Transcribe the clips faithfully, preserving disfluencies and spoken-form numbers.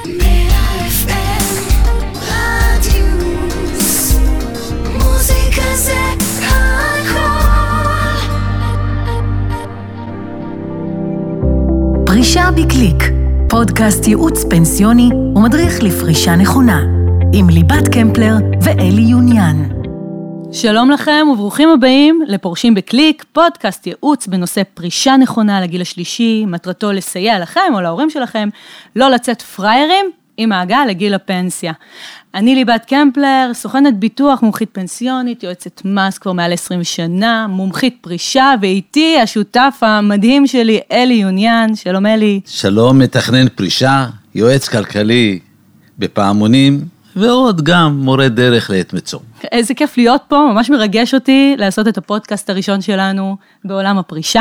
פרישה בקליק, פודקאסט ייעוץ פנסיוני ומדריך לפרישה נכונה, עם ליבת קמפלר ואלי יוניאן. שלום לכם וברוכים הבאים לפורשים בקליק, פודקאסט ייעוץ בנושא פרישה נכונה לגיל השלישי, מטרתו לסייע לכם או להורים שלכם לא לצאת פריירים עם ההגעה לגיל הפנסיה. אני ליבת קמפלר, סוכנת ביטוח, מומחית פנסיונית, יועצת מס כבר מעל עשרים שנה, מומחית פרישה, ואיתי השותף המדהים שלי, אלי יוניאן. שלום אלי. שלום, מתכנן פרישה, יועץ כלכלי בפעמונים, ועוד גם מורה דרך לעת מצוא. איזה כיף להיות פה, ממש מרגש אותי לעשות את הפודקאסט הראשון שלנו בעולם הפרישה.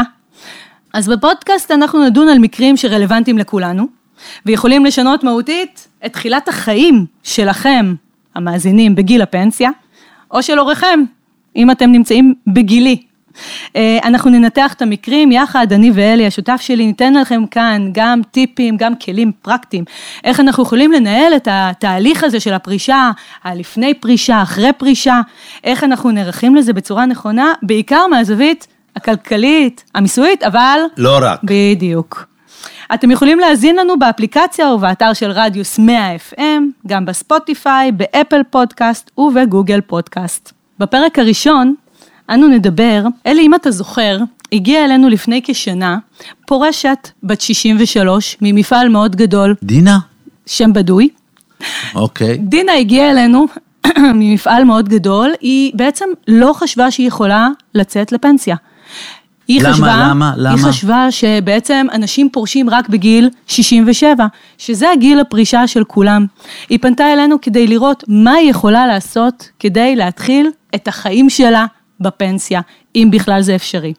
אז בפודקאסט אנחנו נדון על מקרים שרלוונטיים לכולנו, ויכולים לשנות מהותית את תחילת החיים שלכם, המאזינים, בגיל הפנסיה, או של הוריכם, אם אתם נמצאים בגילי. אנחנו ננתח את המקרים יחד, אני ואלי, השותף שלי, ניתן לכם כאן גם טיפים, גם כלים פרקטיים, איך אנחנו יכולים לנהל את התהליך הזה של הפרישה, הלפני פרישה, אחרי פרישה, איך אנחנו נערכים לזה בצורה נכונה, בעיקר מהזווית הכלכלית, המיסויית, אבל... לא רק. בדיוק. אתם יכולים להזין לנו באפליקציה או באתר של רדיוס מאה אף אם, גם בספוטיפיי, באפל פודקאסט ובגוגל פודקאסט. בפרק הראשון, אנו נדבר, אלי, אם אתה זוכר, הגיע אלינו לפני כשנה, פורשת בת שישים ושלוש, ממפעל מאוד גדול. דינה? שם בדוי. אוקיי. דינה הגיעה אלינו ממפעל מאוד גדול, היא בעצם לא חשבה שהיא יכולה לצאת לפנסיה. היא למה, חשבה, למה, למה? היא חשבה שבעצם אנשים פורשים רק בגיל שישים ושבע, שזה הגיל הפרישה של כולם. היא פנתה אלינו כדי לראות מה היא יכולה לעשות כדי להתחיל את החיים שלה בפנסיה, אם בכלל זה אפשרי.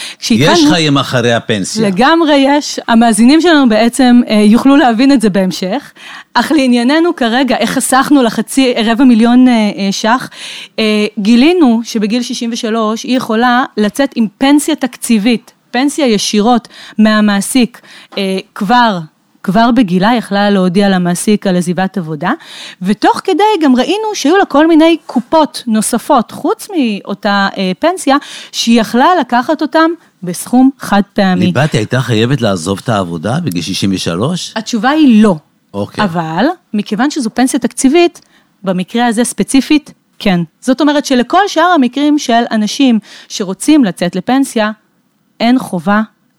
יש חיים אחרי הפנסיה. לגמרי יש, המאזינים שלנו בעצם אה, יוכלו להבין את זה בהמשך, אך לענייננו כרגע, איך חסכנו לחצי רבע מיליון אה, אה, שח, אה, גילינו שבגיל שישים ושלוש היא יכולה לצאת עם פנסיה תקציבית, פנסיה ישירות מהמעסיק, אה, כבר, כבר בגילה יכלה להודיע למעסיק על עזיבת עבודה, ותוך כדי גם ראינו שהיו לה כל מיני קופות נוספות, חוץ מאותה אה, פנסיה, שהיא יכלה לקחת אותם בסכום חד פעמי. ליבתי, הייתה חייבת לעזוב את העבודה בגיל שישים ושלוש? התשובה היא לא. אוקיי. אבל, מכיוון שזו פנסיה תקציבית, במקרה הזה ספציפית, כן. זאת אומרת שלכל שאר המקרים של אנשים שרוצים לצאת לפנסיה, אין חובה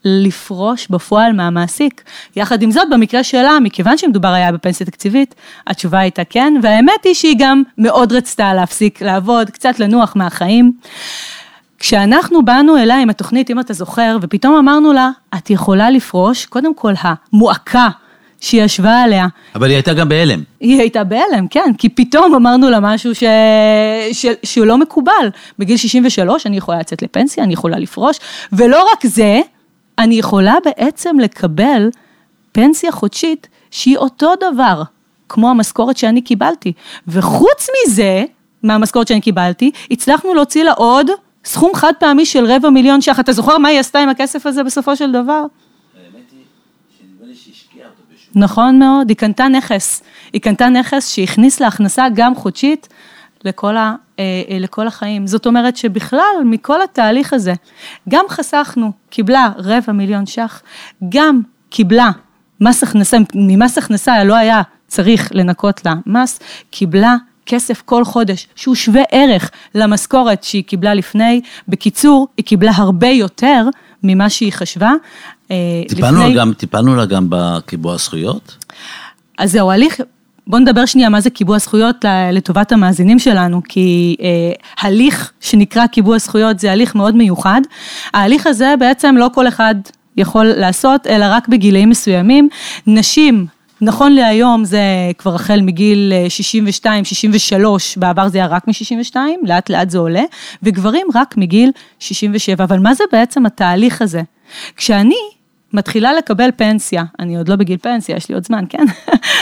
לפרוש בפועל מהמעסיק. יחד עם זאת, במקרה שלה, מכיוון שמדובר היה בפנסיה תקציבית, התשובה הייתה כן, והאמת היא שהיא גם מאוד רצתה להפסיק לעבוד, קצת לנוח מהחיים. כשאנחנו באנו אליה עם התוכנית, אם אתה זוכר, ופתאום אמרנו לה, את יכולה לפרוש, קודם כל המועקה שהיא ישבה עליה. אבל היא הייתה גם בהלם. היא הייתה בהלם, כן, כי פתאום אמרנו לה משהו ש... ש... שהוא לא מקובל. בגיל שישים ושלוש אני יכולה לצאת לפנסיה, אני יכולה לפרוש, ולא רק זה, אני יכולה בעצם לקבל פנסיה חודשית שהיא אותו דבר, כמו המשכורת שאני קיבלתי. וחוץ מזה, מהמשכורת שאני קיבלתי, הצלחנו להוציא לה עוד סכום חד פעמי של רבע מיליון שח. אתה זוכר מה היא עשתה עם הכסף הזה בסופו של דבר? האמת היא שנדמה לי שהשקיעה אותו בשביל. נכון מאוד, היא קנתה נכס. היא קנתה נכס שהכניס לה הכנסה גם חודשית לכל ה... לכל החיים. זאת אומרת שבכלל, מכל התהליך הזה, גם חסכנו, קיבלה רבע מיליון שח, גם קיבלה מס הכנסה, ממס הכנסה לא היה צריך לנקות לה מס, קיבלה כסף כל חודש, שהוא שווה ערך למשכורת שהיא קיבלה לפני, בקיצור, היא קיבלה הרבה יותר ממה שהיא חשבה. טיפלנו לפני... גם, טיפלנו לה גם בקיבוע הזכויות? אז זהו, הליך... בוא נדבר שנייה מה זה קיבוע זכויות לטובת המאזינים שלנו, כי אה, הליך שנקרא קיבוע זכויות זה הליך מאוד מיוחד. ההליך הזה בעצם לא כל אחד יכול לעשות, אלא רק בגילאים מסוימים. נשים, נכון להיום זה כבר החל מגיל שישים ושתיים, שישים ושלוש, בעבר זה היה רק מ-שישים ושתיים, לאט לאט זה עולה, וגברים רק מגיל שישים ושבע. אבל מה זה בעצם התהליך הזה? כשאני מתחילה לקבל פנסיה, אני עוד לא בגיל פנסיה, יש לי עוד זמן, כן?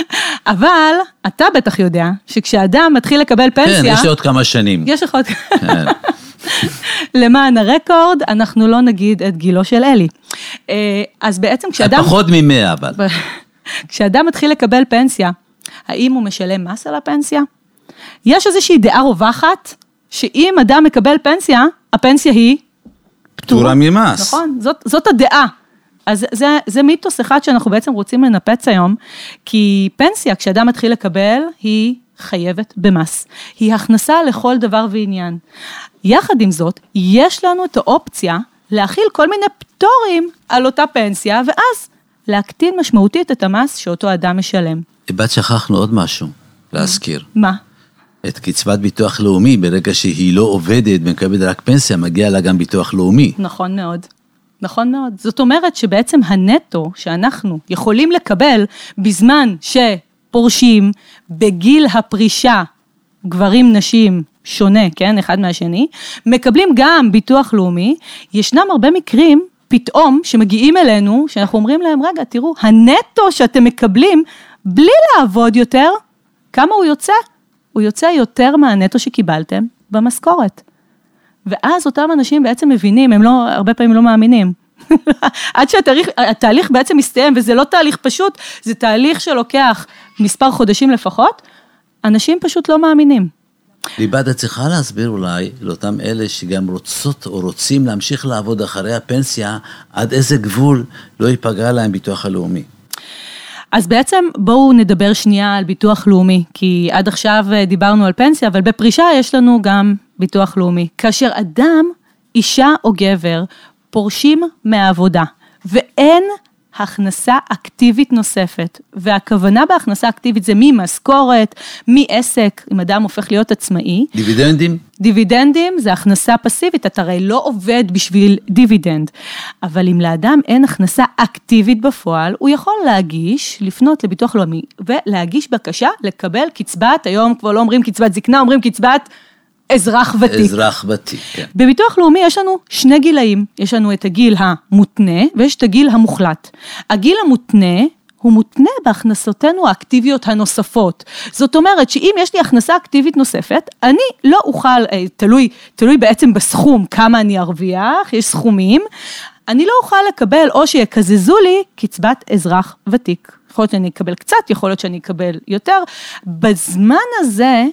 אבל אתה בטח יודע שכשאדם מתחיל לקבל פנסיה... כן, יש לי עוד כמה שנים. יש לך עוד... כן. למען הרקורד, אנחנו לא נגיד את גילו של אלי. אז בעצם כשאדם... פחות ממאה אבל. כשאדם מתחיל לקבל פנסיה, האם הוא משלם מס על הפנסיה? יש איזושהי דעה רווחת, שאם אדם מקבל פנסיה, הפנסיה היא פטורה ממס. נכון, זאת, זאת הדעה. אז זה, זה מיתוס אחד שאנחנו בעצם רוצים לנפץ היום, כי פנסיה, כשאדם מתחיל לקבל, היא חייבת במס. היא הכנסה לכל דבר ועניין. יחד עם זאת, יש לנו את האופציה להכיל כל מיני פטורים על אותה פנסיה, ואז להקטין משמעותית את המס שאותו אדם משלם. איבד שכחנו עוד משהו, להזכיר. מה? את קצבת ביטוח לאומי, ברגע שהיא לא עובדת ומקבלת רק פנסיה, מגיע לה גם ביטוח לאומי. נכון מאוד. נכון מאוד. זאת אומרת שבעצם הנטו שאנחנו יכולים לקבל בזמן שפורשים בגיל הפרישה, גברים, נשים, שונה, כן, אחד מהשני, מקבלים גם ביטוח לאומי, ישנם הרבה מקרים פתאום שמגיעים אלינו, שאנחנו אומרים להם, רגע, תראו, הנטו שאתם מקבלים בלי לעבוד יותר, כמה הוא יוצא? הוא יוצא יותר מהנטו שקיבלתם במשכורת. ואז אותם אנשים בעצם מבינים, הם לא, הרבה פעמים לא מאמינים. עד שהתהליך בעצם מסתיים, וזה לא תהליך פשוט, זה תהליך שלוקח מספר חודשים לפחות, אנשים פשוט לא מאמינים. ליבד, את צריכה להסביר אולי לאותם אלה שגם רוצות או רוצים להמשיך לעבוד אחרי הפנסיה, עד איזה גבול לא ייפגע להם ביטוח הלאומי. אז בעצם בואו נדבר שנייה על ביטוח לאומי, כי עד עכשיו דיברנו על פנסיה, אבל בפרישה יש לנו גם ביטוח לאומי. כאשר אדם, אישה או גבר, פורשים מהעבודה, ואין הכנסה אקטיבית נוספת, והכוונה בהכנסה אקטיבית זה ממשכורת, מעסק, אם אדם הופך להיות עצמאי. דיבידנדים? דיבידנדים זה הכנסה פסיבית, אתה הרי לא עובד בשביל דיבידנד, אבל אם לאדם אין הכנסה אקטיבית בפועל, הוא יכול להגיש, לפנות לביטוח לאומי, ולהגיש בקשה לקבל קצבת, היום כבר לא אומרים קצבת זקנה, אומרים קצבת אזרח ותיק. אזרח ותיק, כן. בביטוח לאומי יש לנו שני גילאים, יש לנו את הגיל המותנה, ויש את הגיל המוחלט. הגיל המותנה, הוא מותנה בהכנסותינו האקטיביות הנוספות. זאת אומרת שאם יש לי הכנסה אקטיבית נוספת, אני לא אוכל, תלוי, תלוי בעצם בסכום כמה אני ארוויח, יש סכומים, אני לא אוכל לקבל או שיקזזו לי קצבת אזרח ותיק. יכול להיות שאני אקבל קצת, יכול להיות שאני אקבל יותר. בזמן הזה,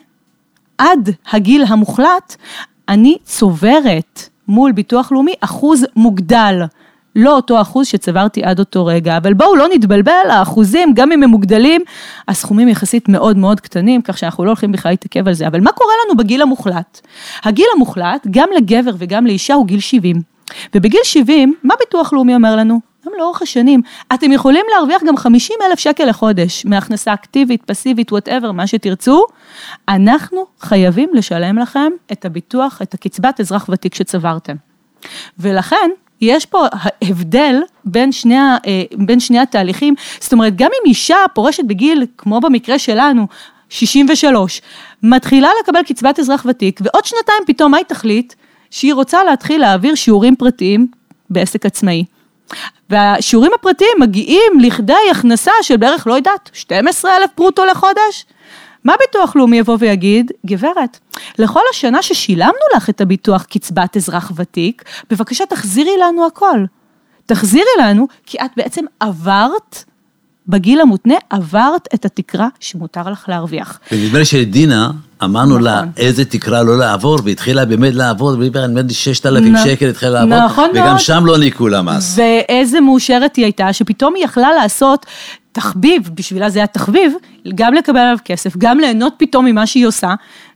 עד הגיל המוחלט, אני צוברת מול ביטוח לאומי אחוז מוגדל, לא אותו אחוז שצברתי עד אותו רגע, אבל בואו לא נתבלבל, האחוזים, גם אם הם מוגדלים, הסכומים יחסית מאוד מאוד קטנים, כך שאנחנו לא הולכים בכלל להתעכב על זה, אבל מה קורה לנו בגיל המוחלט? הגיל המוחלט, גם לגבר וגם לאישה, הוא גיל שבעים, ובגיל שבעים, מה ביטוח לאומי אומר לנו? גם לאורך השנים, אתם יכולים להרוויח גם חמישים אלף שקל לחודש, מהכנסה אקטיבית, פסיבית, whatever, מה שתרצו, אנחנו חייבים לשלם לכם את הביטוח, את הקצבת אזרח ותיק שצברתם. ולכן, יש פה הבדל בין שני, בין שני התהליכים, זאת אומרת, גם אם אישה פורשת בגיל, כמו במקרה שלנו, שישים ושלוש, מתחילה לקבל קצבת אזרח ותיק, ועוד שנתיים פתאום, מה היא תחליט? שהיא רוצה להתחיל להעביר שיעורים פרטיים בעסק עצמאי. והשיעורים הפרטיים מגיעים לכדי הכנסה של בערך, לא יודעת, שנים עשר אלף ברוטו לחודש. מה ביטוח לאומי יבוא ויגיד? גברת, לכל השנה ששילמנו לך את הביטוח קצבת אזרח ותיק, בבקשה תחזירי לנו הכל. תחזירי לנו, כי את בעצם עברת, בגיל המותנה, עברת את התקרה שמותר לך להרוויח. ונדמה לי שלדינה, אמרנו נכון. לה איזה תקרה לא לעבור, והתחילה באמת לעבור, ונדמה לי ששת אלפים נ... שקל התחילה לעבור, נכון וגם מאוד. שם לא ניקו למס. ואיזה מאושרת היא הייתה, שפתאום היא יכלה לעשות תחביב, בשבילה זה היה תחביב, גם לקבל עליו כסף, גם ליהנות פתאום ממה שהיא עושה,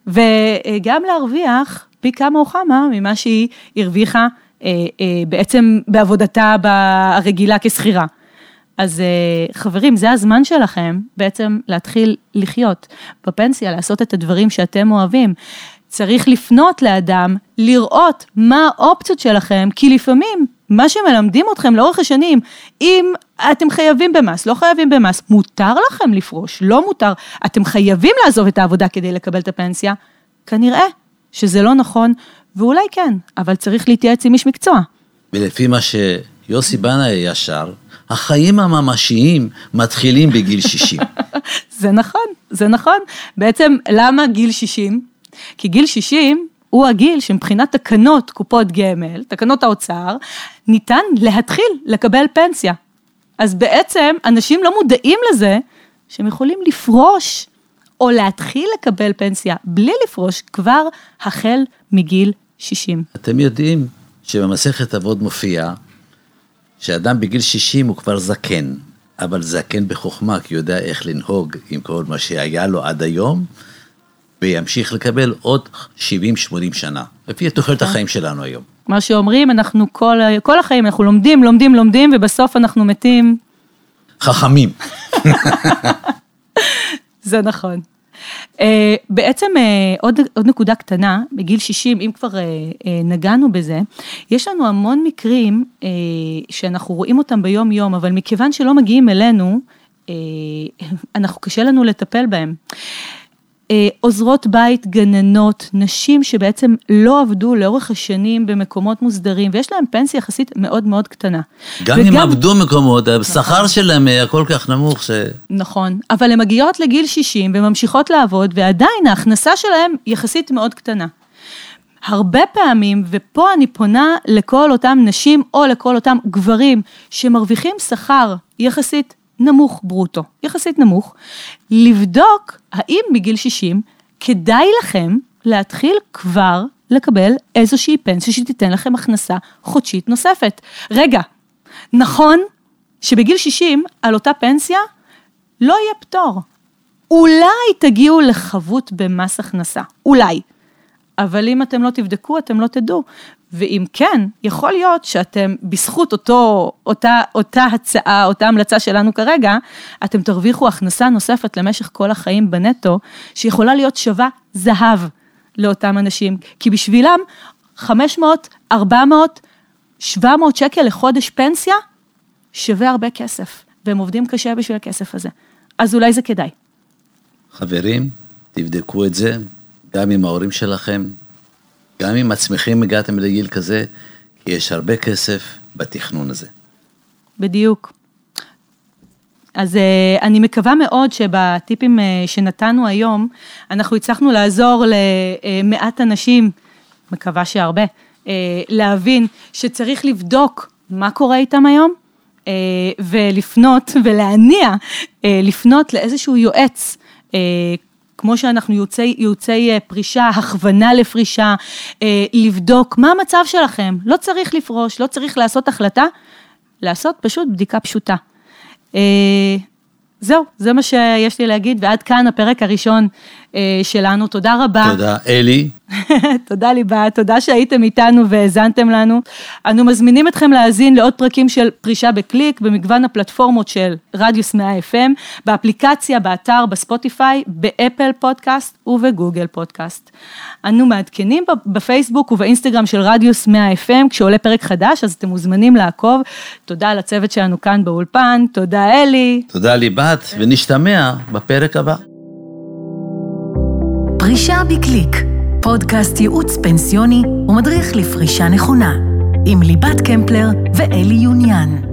וגם להרוויח פי כמה או כמה ממה שהיא הרוויחה בעצם בעבודתה הרגילה כסחירה. אז חברים, זה הזמן שלכם בעצם להתחיל לחיות בפנסיה, לעשות את הדברים שאתם אוהבים. צריך לפנות לאדם, לראות מה האופציות שלכם, כי לפעמים מה שמלמדים אתכם לאורך השנים, אם אתם חייבים במס, לא חייבים במס, מותר לכם לפרוש, לא מותר, אתם חייבים לעזוב את העבודה כדי לקבל את הפנסיה, כנראה שזה לא נכון, ואולי כן, אבל צריך להתייעץ עם איש מקצוע. ולפי מה שיוסי בנה ישר, החיים הממשיים מתחילים בגיל שישים. זה נכון, זה נכון. בעצם למה גיל שישים? כי גיל שישים הוא הגיל שמבחינת תקנות קופות גמל, תקנות האוצר, ניתן להתחיל לקבל פנסיה. אז בעצם אנשים לא מודעים לזה שהם יכולים לפרוש או להתחיל לקבל פנסיה בלי לפרוש כבר החל מגיל שישים. אתם יודעים שבמסכת אבות מופיע שאדם בגיל שישים הוא כבר זקן, אבל זקן בחוכמה, כי הוא יודע איך לנהוג עם כל מה שהיה לו עד היום, וימשיך לקבל עוד שבעים שמונים שנה, לפי תוחלת החיים שלנו היום. מה שאומרים, אנחנו כל, כל החיים, אנחנו לומדים, לומדים, לומדים, ובסוף אנחנו מתים. חכמים. זה נכון. Uh, בעצם uh, עוד, עוד נקודה קטנה, בגיל שישים, אם כבר uh, uh, נגענו בזה, יש לנו המון מקרים uh, שאנחנו רואים אותם ביום יום, אבל מכיוון שלא מגיעים אלינו, uh, אנחנו קשה לנו לטפל בהם. עוזרות בית, גננות, נשים שבעצם לא עבדו לאורך השנים במקומות מוסדרים, ויש להם פנסיה יחסית מאוד מאוד קטנה. גם וגם... אם עבדו מקומות, השכר שלהם היה כל כך נמוך ש... נכון, אבל הן מגיעות לגיל שישים וממשיכות לעבוד, ועדיין ההכנסה שלהם יחסית מאוד קטנה. הרבה פעמים, ופה אני פונה לכל אותם נשים, או לכל אותם גברים, שמרוויחים שכר יחסית נמוך ברוטו, יחסית נמוך, לבדוק האם בגיל שישים כדאי לכם להתחיל כבר לקבל איזושהי פנסיה שתיתן לכם הכנסה חודשית נוספת. רגע, נכון שבגיל שישים על אותה פנסיה לא יהיה פטור. אולי תגיעו לחבות במס הכנסה, אולי. אבל אם אתם לא תבדקו, אתם לא תדעו. ואם כן, יכול להיות שאתם, בזכות אותו, אותה, אותה הצעה, אותה המלצה שלנו כרגע, אתם תרוויחו הכנסה נוספת למשך כל החיים בנטו, שיכולה להיות שווה זהב לאותם אנשים. כי בשבילם, חמש מאות, ארבע מאות, שבע מאות שקל לחודש פנסיה, שווה הרבה כסף. והם עובדים קשה בשביל הכסף הזה. אז אולי זה כדאי. חברים, תבדקו את זה, גם עם ההורים שלכם, גם אם עצמכם הגעתם לגיל כזה, כי יש הרבה כסף בתכנון הזה. בדיוק. אז אני מקווה מאוד שבטיפים שנתנו היום, אנחנו הצלחנו לעזור למעט אנשים, מקווה שהרבה, להבין שצריך לבדוק מה קורה איתם היום, ולפנות ולהניע, לפנות לאיזשהו יועץ, כמו שאנחנו יוצאי, יוצאי פרישה, הכוונה לפרישה, לבדוק מה המצב שלכם. לא צריך לפרוש, לא צריך לעשות החלטה, לעשות פשוט בדיקה פשוטה. זהו, זה מה שיש לי להגיד, ועד כאן הפרק הראשון שלנו. תודה רבה. תודה, אלי. תודה ליבה, תודה שהייתם איתנו והזנתם לנו. אנו מזמינים אתכם להאזין לעוד פרקים של פרישה בקליק, במגוון הפלטפורמות של רדיוס מאה אף אם, באפליקציה, באתר, בספוטיפיי, באפל פודקאסט ובגוגל פודקאסט. אנו מעדכנים בפייסבוק ובאינסטגרם של רדיוס מאה אף אם, כשעולה פרק חדש, אז אתם מוזמנים לעקוב. תודה לצוות שלנו כאן באולפן, תודה אלי. תודה ליבת, ונשתמע בפרק הבא. פרישה בקליק, פודקאסט ייעוץ פנסיוני ומדריך לפרישה נכונה, עם ליבת קמפלר ואלי יוניאן.